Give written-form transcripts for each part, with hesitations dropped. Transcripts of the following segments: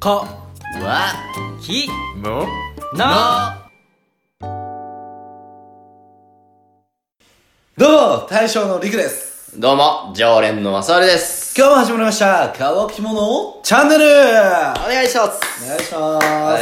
かわきもなどうも大将のりくです。 どうも常連のまさるです。 今日も始まりました乾き物チャンネル。 お願いします。 お願いします。 はい。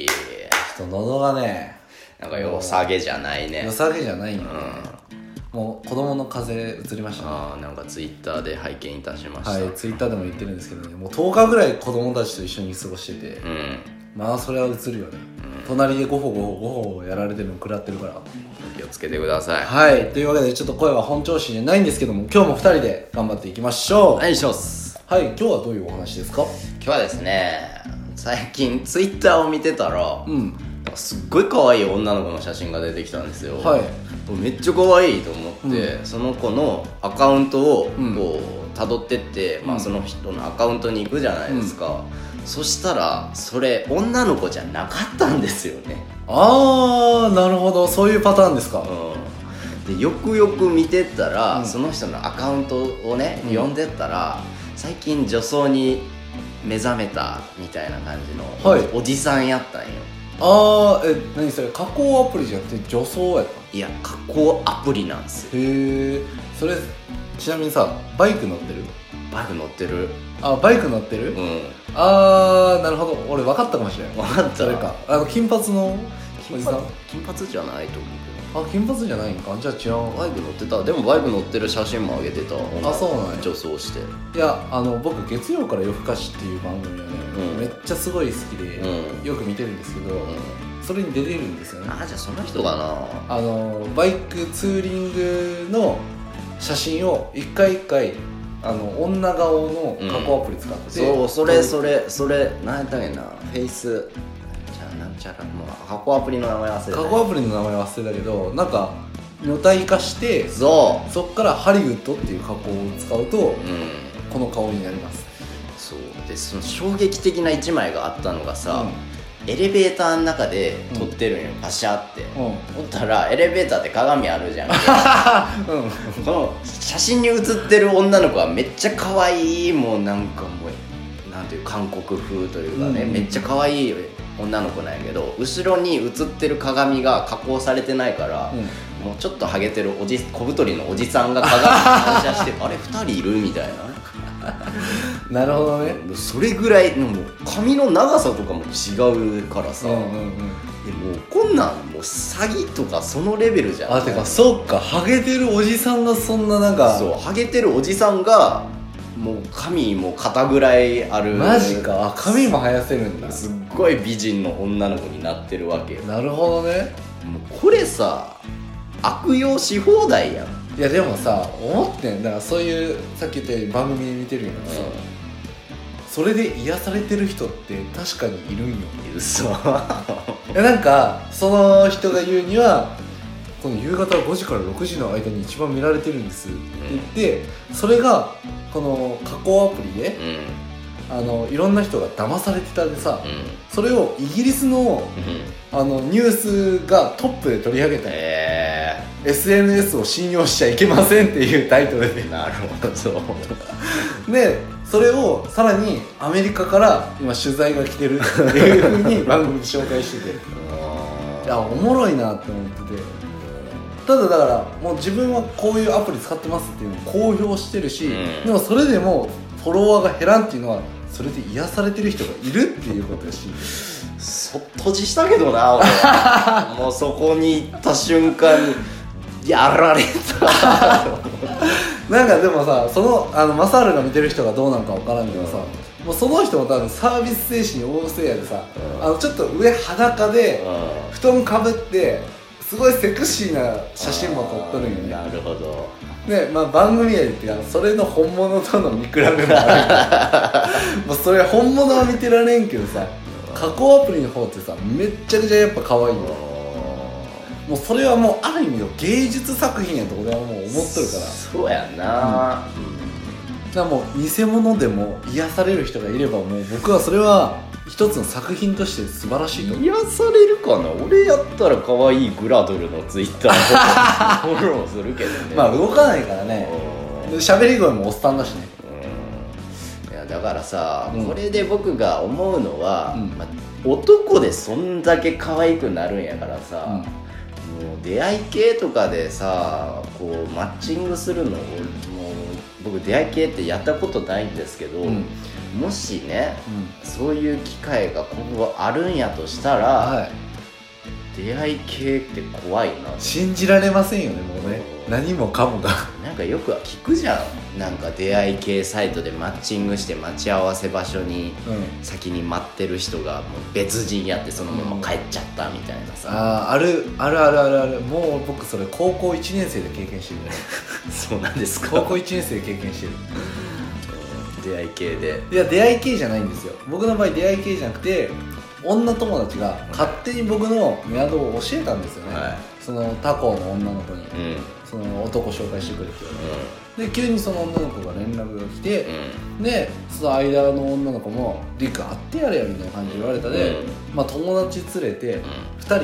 ちょっと喉がね、 なんか良さげじゃないね。 良さげじゃないんよね、もう子供の風邪移りましたね。 なんかツイッターで拝見いたしました。 はい、ツイッターでも言ってるんですけどね、もう10日ぐらい子供たちと一緒に過ごしてて、まあそれは移るよね、隣でゴホゴホゴホやられてるの食らってるから。 気をつけてください。 はい、というわけでちょっと声は本調子じゃないんですけども、今日も2人で頑張っていきましょう。 お願いします。 はい、今日はどういうお話ですか？ 今日はですね、最近ツイッターを見てたら、すっごい可愛い女の子の写真が出てきたんですよ。 はい。 めっちゃ可愛いと思って、その子のアカウントをこう辿ってって、その人のアカウントに行くじゃないですか、そしたらそれ女の子じゃなかったんですよね。 あー、なるほど、そういうパターンですか。 でよくよく見てったら、その人のアカウントをね、読んでったら最近女装に目覚めたみたいな感じの、 はい、 おじさんやったんよ。 あー、何それ、加工アプリじゃなくて女装やった？ いや、加工アプリなんですよ。 へえ。それちなみにさ、バイク乗ってる？ バイク乗ってる。 あ、バイク乗ってる？あー、なるほど、俺分かったかもしれない。 分かった。 それか、金髪のおじさん？ 金髪じゃないと思うけど。 金髪じゃないんか。じゃあ違う。 バイク乗ってた。でもバイク乗ってる写真も上げてた。 あ、そうなんや。 女装して。 いや、僕月曜から夜更かしっていう番組がね、めっちゃすごい好きで、よく見てるんですけど、それに出てるんですよね。 じゃあその人かな。 バイクツーリングの写真を一回一回女顔の加工アプリ使って、 そう、それ何やったっけな、フェイスじゃあなんちゃら、もう加工アプリの名前忘れた、 加工アプリの名前忘れたけど、なんか女体化して、 そっからハリウッドっていう加工を使うと、この顔になります。 そうで、その衝撃的な一枚があったのがさ、エレベーターの中で撮ってるんよ、パシャって。ほったらエレベーターって鏡あるじゃんこの写真に写ってる女の子はめっちゃ可愛い、もうなんかもうなんていう韓国風というかね、めっちゃ可愛い女の子なんやけど、後ろに写ってる鏡が加工されてないから、もうちょっとハゲてる小太りのおじさんが鏡に反射してあれ2人いるみたいななるほどね。 それぐらいもう髪の長さとかも違うからさ、もうこんなんもう詐欺とかそのレベルじゃん。 てかそっか、ハゲてるおじさんがそんななんか、 そう、ハゲてるおじさんがもう髪も肩ぐらいある。 マジか。髪も生やせるんだ。 すっごい美人の女の子になってるわけよ。 なるほどね。 もうこれさ、悪用し放題やん。 いやでもさ、思ってんだから、そういうさっき言ったように番組で見てるよさ、それで癒されてる人って確かにいるんよ。 嘘。 いや、なんかその人が言うには、この夕方5時から6時の間に一番見られてるんですって言って、それがこの加工アプリで、いろんな人が騙されてたでさ、それをイギリスの、ニュースがトップで取り上げた、SNS を信用しちゃいけませんっていうタイトルで。 なるほど。 でそれをさらにアメリカから今取材が来てるっていう風に番組で紹介してていや、おもろいなって思ってて、ただだからもう自分はこういうアプリ使ってますっていうのを公表してるし、でもそれでもフォロワーが減らんっていうのは、それで癒されてる人がいるっていうことだし、 そっとじしたけどな俺もうそこに行った瞬間にやられたなんかでもさ、マサールが見てる人がどうなんか分からんけどさ、もうその人も多分サービス精神旺盛やでさ、ちょっと上裸で、布団かぶってすごいセクシーな写真も撮っとるんよね。 なるほどね、番組やでってか、それの本物との見比べもあるからもうそれ本物は見てられんけどさ、加工アプリの方ってさ、めっちゃくちゃやっぱ可愛いよ。もうそれはもうある意味の芸術作品やと俺はもう思っとるから。 そうやな、 だからもう偽物でも癒される人がいれば、もう僕はそれは一つの作品として素晴らしいと思う。 癒されるかな。俺やったら可愛いグラドルのツイッターフォローするけどね動かないからね。で喋り声もおっさんだしね。 いやだからさ、 うんこれで僕が思うのは、 うん男でそんだけ可愛くなるんやからさ、 うんもう出会い系とかでさこうマッチングするのもう僕出会い系ってやったことないんですけど、 うんもしねうんそういう機会が今後あるんやとしたら、 はい出会い系って怖いな。 信じられませんよねもうね何もかもがなんかよく聞くじゃん。なんか出会い系サイトでマッチングして待ち合わせ場所に先に待ってる人がもう別人やってそのまま帰っちゃったみたいなさ、 あるもう僕それ高校1年生で経験してるねそうなんですか。 高校1年生で経験してる出会い系でいや出会い系じゃないんですよ。僕の場合出会い系じゃなくて女友達が勝手に僕のメアドを教えたんですよね、 はいその他校の女の子に、 うんその男紹介してくれって言われて、で急にその女の子が連絡が来て、でその間の女の子も「りく会ってやれよ」みたいな感じで言われたで、まあ、友達連れて2人で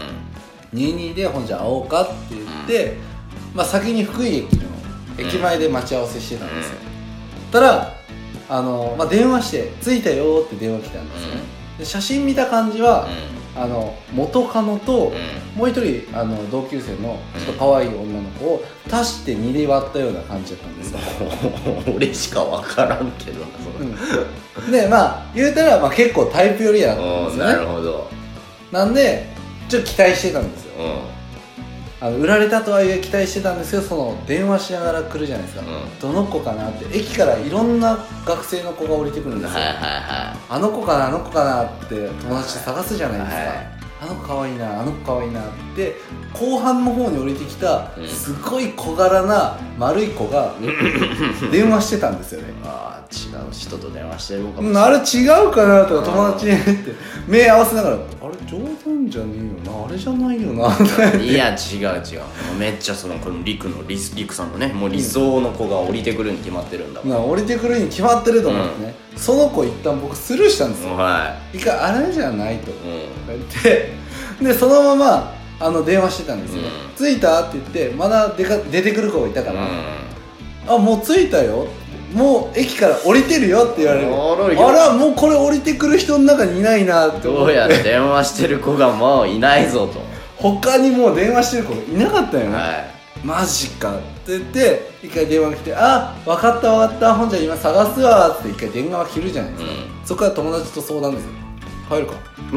22でほんじゃ会おうかって言って、まあ、先に福井駅の駅前で待ち合わせしてたんですよ、たらまあ、電話して「着いたよ」って電話来たんですよね、で写真見た感じは、元カノと、もう一人同級生のちょっと可愛い女の子を足して2で割ったような感じだったんですよ俺しか分からんけどでまあ言うたら、まあ、結構タイプ寄りやったんですよね。 なるほど。 なんでちょっと期待してたんですよ、売られたとはいえ期待してたんですけど、その電話しながら来るじゃないですか、どの子かなって駅からいろんな学生の子が降りてくるんですよ、あの子かなあの子かなって友達で探すじゃないですか、あの子かわいいなあの子かわいいなって後半の方に降りてきたすごい小柄な丸い子が電話してたんですよねああ違う人と電話してるのかもしれない。 あれ違うかなとか友達にって目合わせながら、あれ冗談じゃねえよなあれじゃないよないや違うめっちゃこのリクさんのねもう理想の子が降りてくるに決まってるんだもん。 降りてくるに決まってると思ってね、その子一旦僕スルーしたんですよ、一回あれじゃないと言ってでそのまま電話してたんですよ、着いたって言ってまだ出てくる子がいたから、あもう着いたよもう駅から降りてるよって言われる、あらもうこれ降りてくる人の中にいないなって思って、 どうやら電話してる子がもういないぞと他にもう電話してる子がいなかったよね、マジかって言って一回電話が来て、あ分かったほんじゃ今探すわって一回電話が切るじゃないですか、そこから友達と相談ですよ、帰るか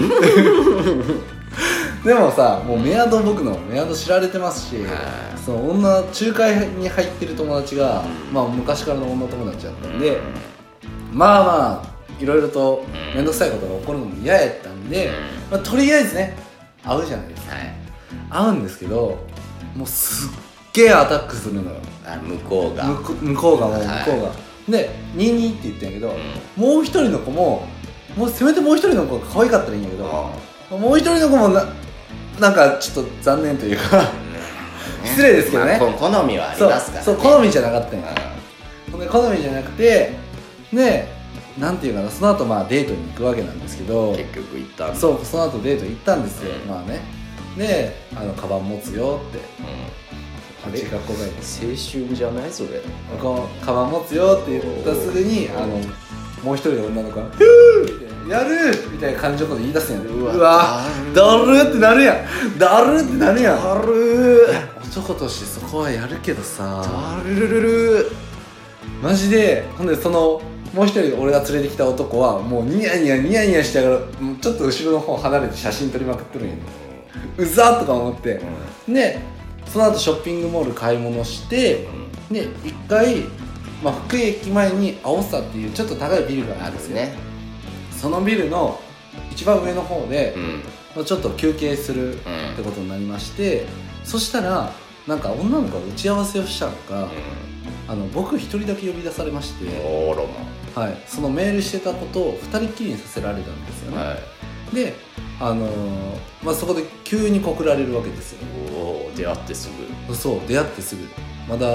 でもさもう僕のメアド知られてますし、その仲介に入ってる友達が、まあ昔からの女友達だったんで、まあいろいろと面倒くさいことが起こるのも嫌やったんで、まあ、とりあえずね会うじゃないですか、会うんですけどもうすっげえアタックするのよ、 向こうがで 22って言ったんやけど、もう一人の子もせめてもう一人の子が可愛かったらいいんやけど、もう一人の子もなんかちょっと残念というか失礼ですけどね、 好みはありますからね。 そう好みじゃなかったんや、好みじゃなくてでなんていうかな、その後まあデートに行くわけなんですけど、 結局行ったんだ。 その後デート行ったんですよ、まあねでカバン持つよって、うち学校帰り青春じゃないそれ。 カバン持つよって言ったすぐにもう一人の女の子が「ふー!」みたいな「やる!」みたいな感じのこと言い出すんやで、うわだるーってなるやん、だるーってなるやん、だるー男としてそこはやるけどさ、だるるるるマジで。ほんでそのもう一人俺が連れてきた男はもうニヤニヤしながらちょっと後ろの方離れて写真撮りまくってるんや、うざっとか思って、でその後ショッピングモール買い物して、で一回まあ、福井駅前に青さっていうちょっと高いビルがあるんですね。そのビルの一番上の方で、まあ、ちょっと休憩するってことになりまして、そしたらなんか女の子が打ち合わせをしたのか、僕一人だけ呼び出されまして、はい、そのメールしてたことを二人っきりにさせられたんですよね、でまあ、そこで急に告られるわけですよ。 出会ってすぐ。 そう出会ってすぐ、まだ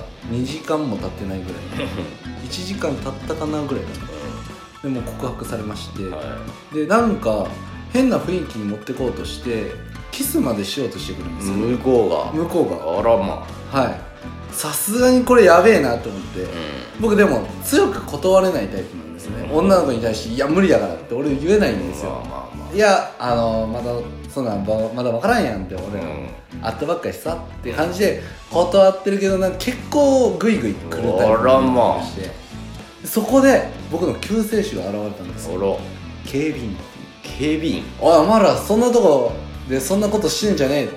2時間も経ってないぐらい1時間経ったかなぐらいかな、でも告白されまして、でなんか変な雰囲気に持ってこうとしてキスまでしようとしてくるんですよ、 向こうが。 あらまあ、 はい。 さすがにこれやべえなと思って、僕でも強く断れないタイプなんですね、女の子に対していや無理だからって俺言えないんですよ、いやまだそんなんまだ分からんやんって俺ら、会ったばっかりさって感じで断ってるけど、なんか結構グイグイ来るタイプにして、そこで僕の救世主が現れたんですよ。警備員。 警備員。 おいお前らそんなとこでそんなことしてんじゃねえって。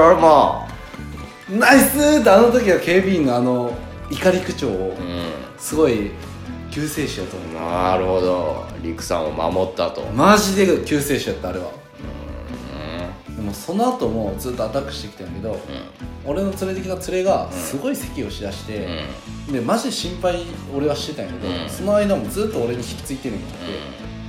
ナイスーって、あの時は警備員の怒り口調をすごい救世主やと思う。 なるほど、陸さんを守ったと。 マジで救世主やった、あれは。でもその後もずっとアタックしてきたんやけど、俺の連れてきた連れがすごい咳をしだして、でマジで心配俺はしてたんやけど、その間もずっと俺にひっついてるんやって、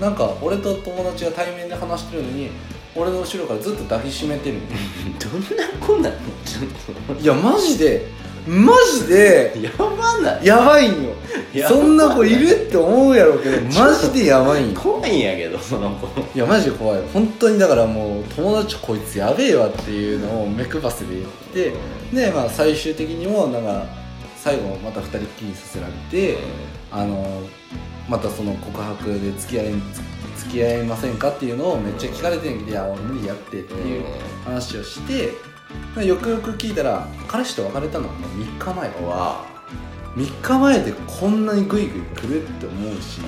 なんか俺と友達が対面で話してるのに俺の後ろからずっと抱きしめてるんやどんな子なのちょっと。 いやマジでやばない。 やばいんよ。そんな子いるって思うやろうけどマジでやばいんよ。 怖いんやけどその子。 いやマジで怖い本当に。だからもう友達こいつやべえわっていうのを目くばせで言ってで、まあ最終的にもなんか最後また2人っきりにさせられて、またその告白で付き合いませんかっていうのをめっちゃ聞かれてんけど、いや俺無理やってっていう話をして、よくよく聞いたら彼氏と別れたのはもう3日前。3日前でこんなにグイグイ来るって思うし、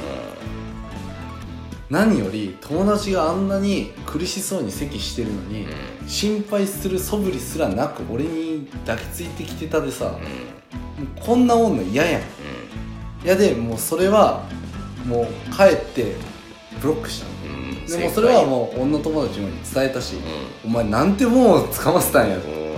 何より友達があんなに苦しそうに咳してるのに、心配する素振りすらなく俺に抱きついてきてたでさ、もうこんな女嫌やん。いやでもうそれはもう帰ってブロックしたの。でもそれはもう女友達に伝えたし、お前なんてもう捕ませたんや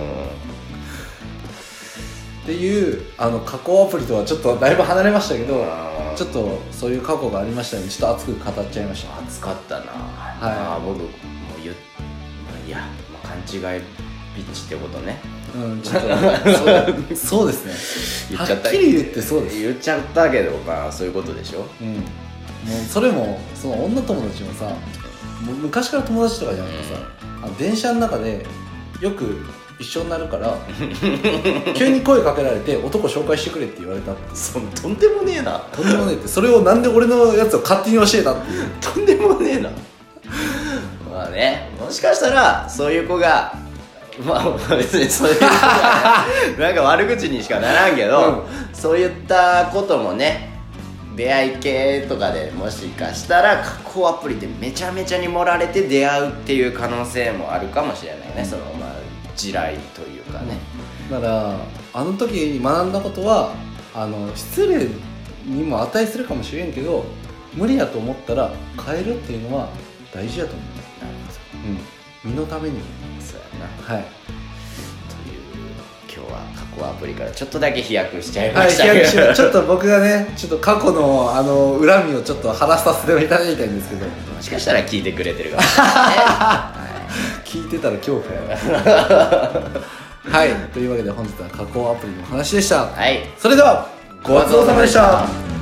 っていう加工アプリとはちょっとだいぶ離れましたけど、ちょっとそういう過去がありましたのでちょっと熱く語っちゃいました。 熱かったな。僕もいや、勘違いビッチってことね。 ちょっとそうですね。 言っちゃった。 はっきり言ってそうです。 言っちゃったけどそういうことでしょ。もうそれもその女友達もさ、もう昔から友達とかじゃなくてさ、電車の中でよく一緒になるから急に声かけられて男紹介してくれって言われたって。 とんでもねえな。 とんでもねえって、それをなんで俺のやつを勝手に教えたっていうとんでもねえな。まあね、もしかしたらそういう子が別にそういう子が、ね、なんか悪口にしかならんけど、そういったこともね、出会い系とかでもしかしたら加工アプリでめちゃめちゃに盛られて出会うっていう可能性もあるかもしれないね。その地雷というかね。 だからあの時に学んだことは失礼にも値するかもしれんけど、無理やと思ったら変えるっていうのは大事やと思う。 なるほど。 身のために。 そうやな。 はい。 という今日は加工アプリからちょっとだけ飛躍しちゃいましたけど、 はい、ちょっと僕がねちょっと過去の恨みをちょっと晴らさせていただきたいんですけど、 もしかしたら聞いてくれてるかもしれないね。 聞いてたら恐怖やはい、というわけで本日は加工アプリの話でした。 はい、 それではごちそうさまでした。